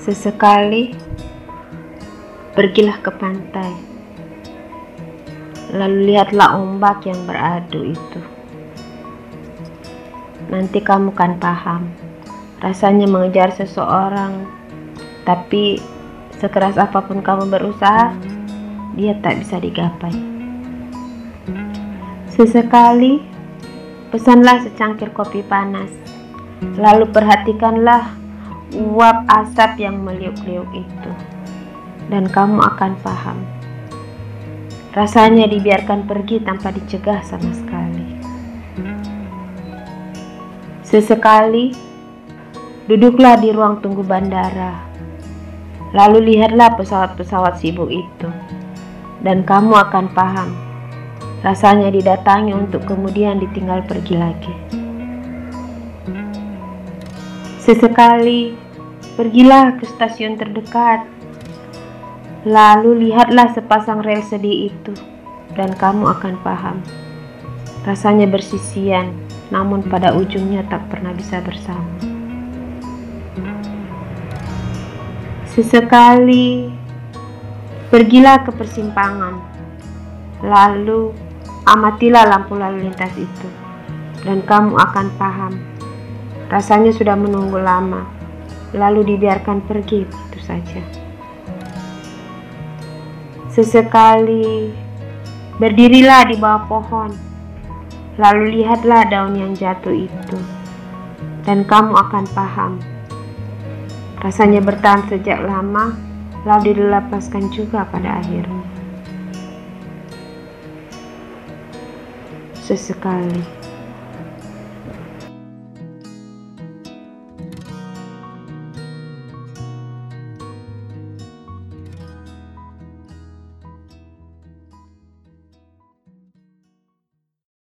Sesekali pergilah ke pantai, lalu lihatlah ombak yang beradu itu. Nanti kamu kan paham rasanya mengejar seseorang, tapi sekeras apapun kamu berusaha, dia tak bisa digapai. Sesekali pesanlah secangkir kopi panas, lalu perhatikanlah uap asap yang meliuk-liuk itu, dan kamu akan paham rasanya dibiarkan pergi tanpa dicegah sama sekali. Sesekali duduklah di ruang tunggu bandara, lalu lihatlah pesawat-pesawat sibuk itu, dan kamu akan paham rasanya didatangi untuk kemudian ditinggal pergi lagi. Sesekali pergilah ke stasiun terdekat, lalu lihatlah sepasang rel sedih itu, dan kamu akan paham rasanya bersisian, namun pada ujungnya tak pernah bisa bersama. Sesekali pergilah ke persimpangan, lalu amatilah lampu lalu lintas itu, dan kamu akan paham rasanya sudah menunggu lama, lalu dibiarkan pergi begitu saja. Sesekali berdirilah di bawah pohon, lalu lihatlah daun yang jatuh itu, dan kamu akan paham rasanya bertahan sejak lama, lalu dilepaskan juga pada akhirnya. Sesekali